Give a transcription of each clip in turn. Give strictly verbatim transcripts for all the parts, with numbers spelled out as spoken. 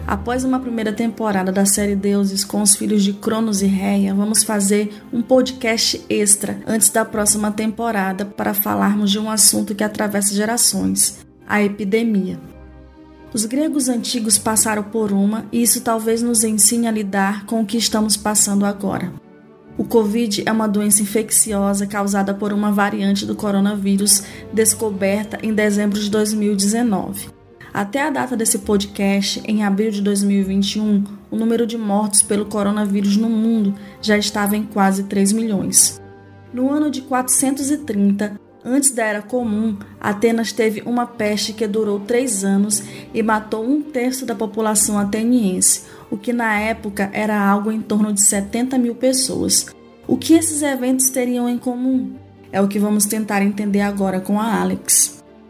Após uma primeira temporada da série Deuses com os filhos de Cronos e Reia, vamos fazer um podcast extra antes da próxima temporada para falarmos de um assunto que atravessa gerações, a epidemia. Os gregos antigos passaram por uma e isso talvez nos ensine a lidar com o que estamos passando agora. O Covid é uma doença infecciosa causada por uma variante do coronavírus descoberta em dezembro de dois mil e dezenove. Até a data desse podcast, em abril de dois mil e vinte e um, o número de mortos pelo coronavírus no mundo já estava em quase três milhões. No ano de quatrocentos e trinta, antes da Era Comum, Atenas teve uma peste que durou três anos e matou um terço da população ateniense, o que na época era algo em torno de setenta mil pessoas. O que esses eventos teriam em comum? É o que vamos tentar entender agora com a Alex.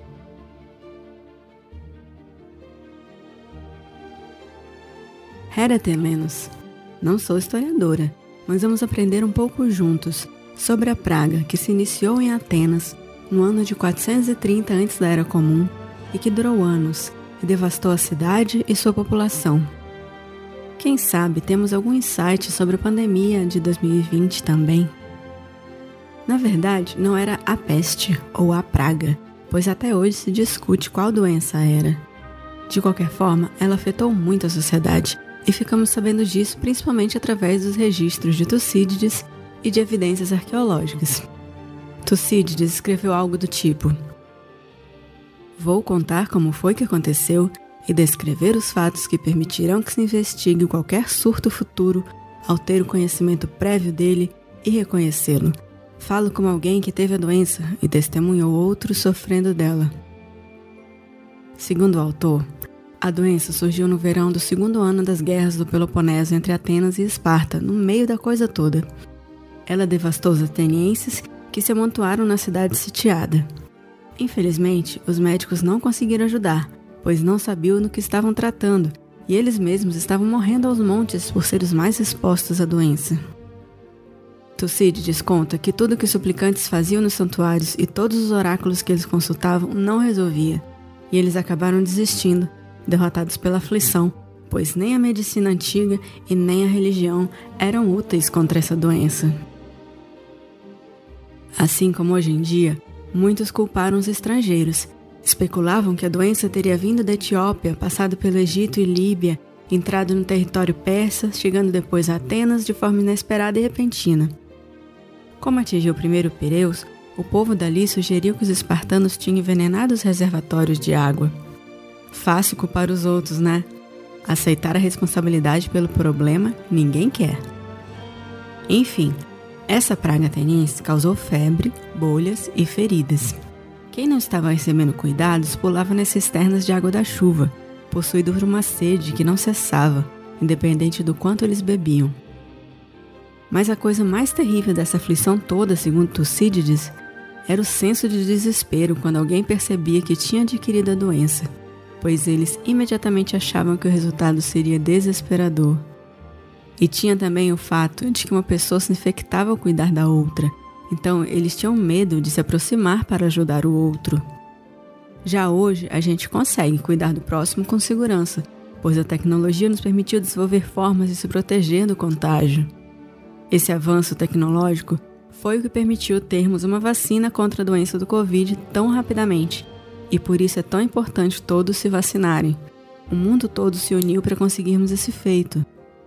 Heratelenos. Não sou historiadora, mas vamos aprender um pouco juntos sobre a praga que se iniciou em Atenas no ano de quatrocentos e trinta antes da Era Comum e que durou anos e devastou a cidade e sua população. Quem sabe temos algum insight sobre a pandemia de dois mil e vinte também? Na verdade, não era a peste ou a praga, pois até hoje se discute qual doença era. De qualquer forma, ela afetou muito a sociedade e ficamos sabendo disso principalmente através dos registros de Tucídides e de evidências arqueológicas. Tucídides escreveu algo do tipo: "Vou contar como foi que aconteceu e descrever os fatos que permitirão que se investigue qualquer surto futuro ao ter o conhecimento prévio dele e reconhecê-lo. Falo como alguém que teve a doença e testemunhou outros sofrendo dela." Segundo o autor, a doença surgiu no verão do segundo ano das guerras do Peloponeso entre Atenas e Esparta, no meio da coisa toda. Ela devastou os atenienses que se amontoaram na cidade sitiada. Infelizmente, os médicos não conseguiram ajudar, pois não sabiam no que estavam tratando, e eles mesmos estavam morrendo aos montes por ser os mais expostos à doença. Tucídides conta que tudo que os suplicantes faziam nos santuários e todos os oráculos que eles consultavam não resolvia, e eles acabaram desistindo, derrotados pela aflição, pois nem a medicina antiga e nem a religião eram úteis contra essa doença. Assim como hoje em dia, muitos culparam os estrangeiros. Especulavam que a doença teria vindo da Etiópia, passado pelo Egito e Líbia, entrado no território persa, chegando depois a Atenas de forma inesperada e repentina. Como atingiu primeiro Pireus, o povo dali sugeriu que os espartanos tinham envenenado os reservatórios de água. Fácil culpar os outros, né? Aceitar a responsabilidade pelo problema, ninguém quer. Enfim, essa praga ateniense causou febre, bolhas e feridas. Quem não estava recebendo cuidados pulava nas cisternas de água da chuva, possuído por uma sede que não cessava, independente do quanto eles bebiam. Mas a coisa mais terrível dessa aflição toda, segundo Tucídides, era o senso de desespero quando alguém percebia que tinha adquirido a doença, pois eles imediatamente achavam que o resultado seria desesperador. E tinha também o fato de que uma pessoa se infectava ao cuidar da outra, então eles tinham medo de se aproximar para ajudar o outro. Já hoje, a gente consegue cuidar do próximo com segurança, pois a tecnologia nos permitiu desenvolver formas de se proteger do contágio. Esse avanço tecnológico foi o que permitiu termos uma vacina contra a doença do Covid tão rapidamente, e por isso é tão importante todos se vacinarem. O mundo todo se uniu para conseguirmos esse feito.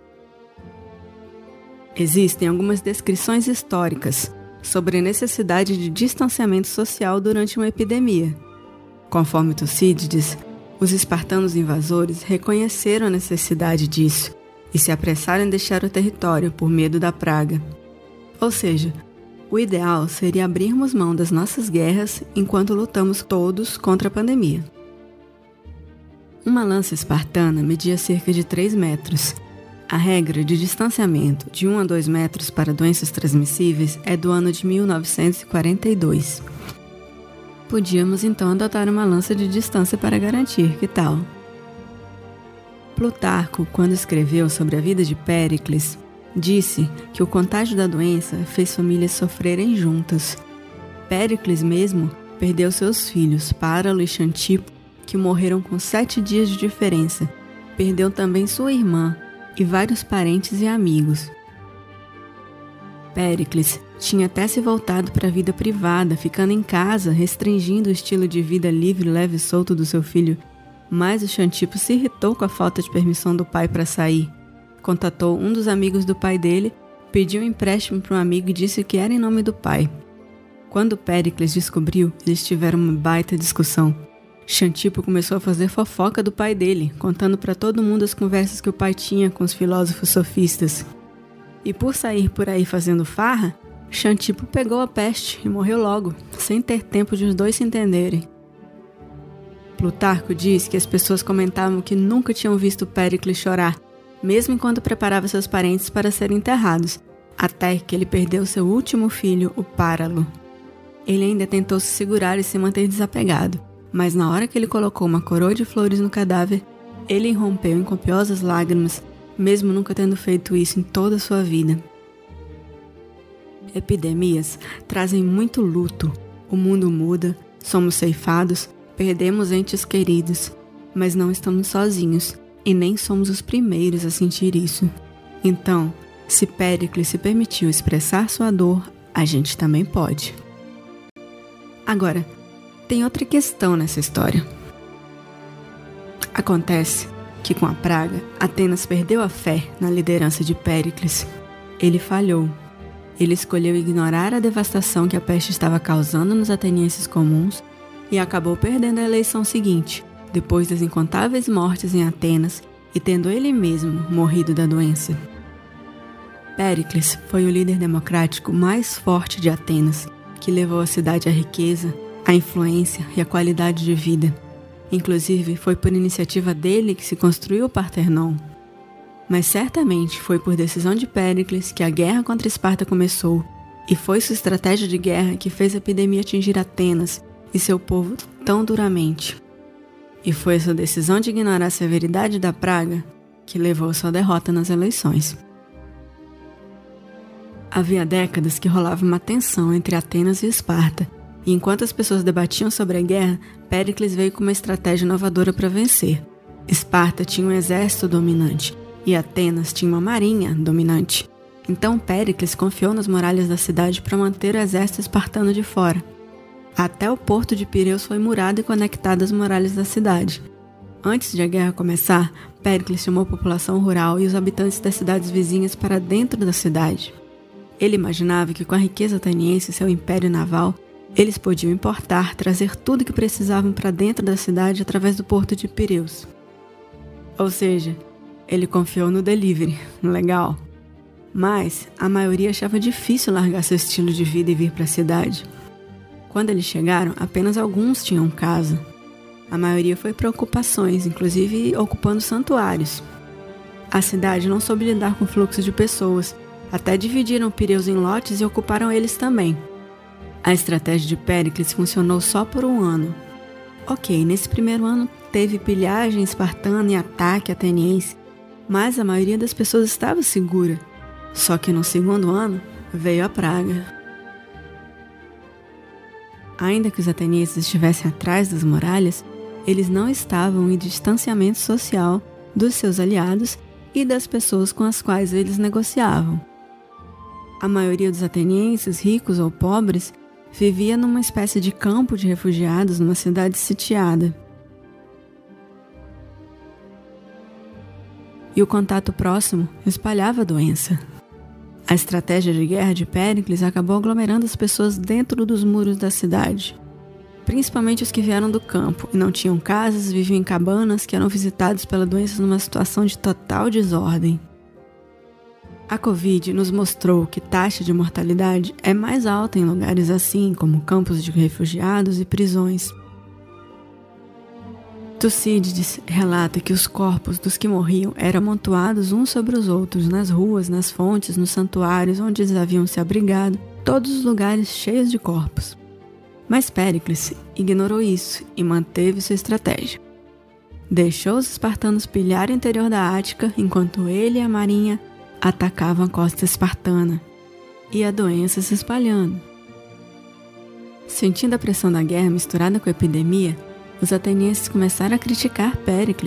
Existem algumas descrições históricas sobre a necessidade de distanciamento social durante uma epidemia. Conforme Tucídides, os espartanos invasores reconheceram a necessidade disso e se apressaram em deixar o território por medo da praga. Ou seja, o ideal seria abrirmos mão das nossas guerras enquanto lutamos todos contra a pandemia. Uma lança espartana media cerca de três metros. A regra de distanciamento de um a dois metros para doenças transmissíveis é do ano de mil novecentos e quarenta e dois. Podíamos então adotar uma lança de distância para garantir, que tal? Plutarco, quando escreveu sobre a vida de Péricles, disse que o contágio da doença fez famílias sofrerem juntas. Péricles mesmo perdeu seus filhos, Páralo e Xantipo, que morreram com sete dias de diferença, perdeu também sua irmã e vários parentes e amigos. Péricles tinha até se voltado para a vida privada, ficando em casa, restringindo o estilo de vida livre, leve e solto do seu filho, mas o Xantipo se irritou com a falta de permissão do pai para sair. Contatou um dos amigos do pai dele, pediu um empréstimo para um amigo e disse que era em nome do pai. Quando Péricles descobriu, eles tiveram uma baita discussão. Xantipo começou a fazer fofoca do pai dele, contando para todo mundo as conversas que o pai tinha com os filósofos sofistas. E por sair por aí fazendo farra, Xantipo pegou a peste e morreu logo, sem ter tempo de os dois se entenderem. Plutarco diz que as pessoas comentavam que nunca tinham visto Péricles chorar, mesmo enquanto preparava seus parentes para serem enterrados, até que ele perdeu seu último filho, o Páralo. Ele ainda tentou se segurar e se manter desapegado, mas na hora que ele colocou uma coroa de flores no cadáver, ele irrompeu em copiosas lágrimas, mesmo nunca tendo feito isso em toda a sua vida. Epidemias trazem muito luto. O mundo muda, somos ceifados, perdemos entes queridos, mas não estamos sozinhos e nem somos os primeiros a sentir isso. Então, se Péricles se permitiu expressar sua dor, a gente também pode. Agora, tem outra questão nessa história. Acontece que com a praga, Atenas perdeu a fé na liderança de Péricles. Ele falhou. Ele escolheu ignorar a devastação que a peste estava causando nos atenienses comuns e acabou perdendo a eleição seguinte, depois das incontáveis mortes em Atenas e tendo ele mesmo morrido da doença. Péricles foi o líder democrático mais forte de Atenas, que levou a cidade à riqueza, à influência e à qualidade de vida. Inclusive, foi por iniciativa dele que se construiu o Partenon. Mas certamente foi por decisão de Péricles que a guerra contra Esparta começou, e foi sua estratégia de guerra que fez a epidemia atingir Atenas e seu povo tão duramente. E foi sua decisão de ignorar a severidade da praga que levou a sua derrota nas eleições. Havia décadas que rolava uma tensão entre Atenas e Esparta, e enquanto as pessoas debatiam sobre a guerra, Péricles veio com uma estratégia inovadora para vencer. Esparta tinha um exército dominante, e Atenas tinha uma marinha dominante. Então Péricles confiou nas muralhas da cidade para manter o exército espartano de fora. Até o porto de Pireus foi murado e conectado às muralhas da cidade. Antes de a guerra começar, Péricles chamou a população rural e os habitantes das cidades vizinhas para dentro da cidade. Ele imaginava que com a riqueza ateniense e seu império naval, eles podiam importar, trazer tudo que precisavam para dentro da cidade através do porto de Pireus. Ou seja, ele confiou no delivery, legal. Mas a maioria achava difícil largar seu estilo de vida e vir para a cidade. Quando eles chegaram, apenas alguns tinham casa. A maioria foi para ocupações, inclusive ocupando santuários. A cidade não soube lidar com o fluxo de pessoas, até dividiram Pireus em lotes e ocuparam eles também. A estratégia de Péricles funcionou só por um ano. Ok, nesse primeiro ano teve pilhagem espartana e ataque ateniense, mas a maioria das pessoas estava segura. Só que no segundo ano veio a praga. Ainda que os atenienses estivessem atrás das muralhas, eles não estavam em distanciamento social dos seus aliados e das pessoas com as quais eles negociavam. A maioria dos atenienses, ricos ou pobres, vivia numa espécie de campo de refugiados numa cidade sitiada. E o contato próximo espalhava a doença. A estratégia de guerra de Péricles acabou aglomerando as pessoas dentro dos muros da cidade, principalmente os que vieram do campo e não tinham casas, viviam em cabanas que eram visitados pela doença numa situação de total desordem. A Covid nos mostrou que a taxa de mortalidade é mais alta em lugares assim, como campos de refugiados e prisões. Tucídides relata que os corpos dos que morriam eram amontoados uns sobre os outros, nas ruas, nas fontes, nos santuários onde eles haviam se abrigado, todos os lugares cheios de corpos. Mas Péricles ignorou isso e manteve sua estratégia. Deixou os espartanos pilhar o interior da Ática, enquanto ele e a marinha atacavam a costa espartana, e a doença se espalhando. Sentindo a pressão da guerra misturada com a epidemia, os atenienses começaram a criticar Péricles,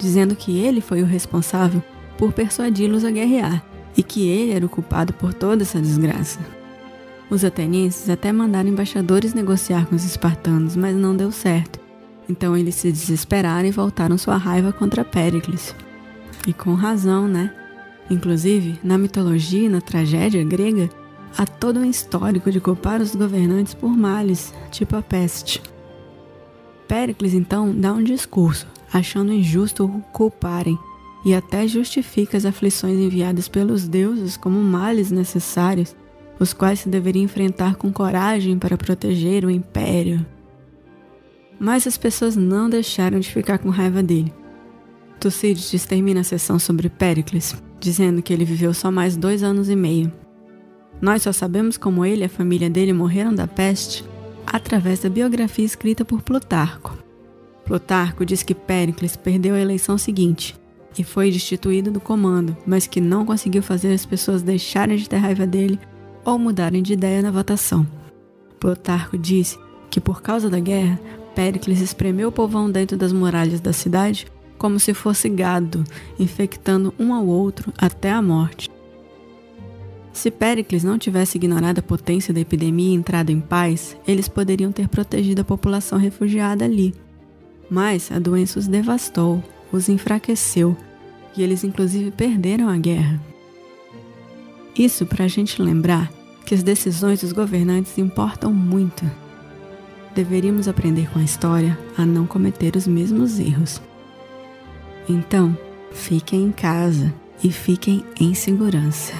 dizendo que ele foi o responsável por persuadi-los a guerrear e que ele era o culpado por toda essa desgraça. Os atenienses até mandaram embaixadores negociar com os espartanos, mas não deu certo. Então eles se desesperaram e voltaram sua raiva contra Péricles. E com razão, né? Inclusive, na mitologia e na tragédia grega, há todo um histórico de culpar os governantes por males, tipo a peste. Péricles, então, dá um discurso, achando injusto o culparem, e até justifica as aflições enviadas pelos deuses como males necessários, os quais se deveria enfrentar com coragem para proteger o império. Mas as pessoas não deixaram de ficar com raiva dele. Tucídides termina a sessão sobre Péricles, dizendo que ele viveu só mais dois anos e meio. Nós só sabemos como ele e a família dele morreram da peste através da biografia escrita por Plutarco. Plutarco diz que Péricles perdeu a eleição seguinte e foi destituído do comando, mas que não conseguiu fazer as pessoas deixarem de ter raiva dele ou mudarem de ideia na votação. Plutarco disse que por causa da guerra, Péricles espremeu o povão dentro das muralhas da cidade como se fosse gado, infectando um ao outro até a morte. Se Péricles não tivesse ignorado a potência da epidemia e entrado em paz, eles poderiam ter protegido a população refugiada ali. Mas a doença os devastou, os enfraqueceu, e eles inclusive perderam a guerra. Isso para a gente lembrar que as decisões dos governantes importam muito. Deveríamos aprender com a história a não cometer os mesmos erros. Então, fiquem em casa e fiquem em segurança.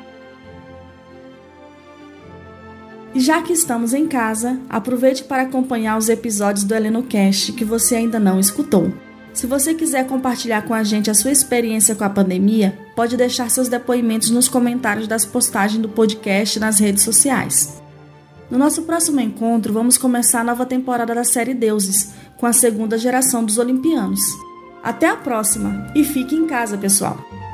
E já que estamos em casa, aproveite para acompanhar os episódios do HelenoCast que você ainda não escutou. Se você quiser compartilhar com a gente a sua experiência com a pandemia, pode deixar seus depoimentos nos comentários das postagens do podcast nas redes sociais. No nosso próximo encontro, vamos começar a nova temporada da série Deuses, com a segunda geração dos Olimpianos. Até a próxima e fique em casa, pessoal!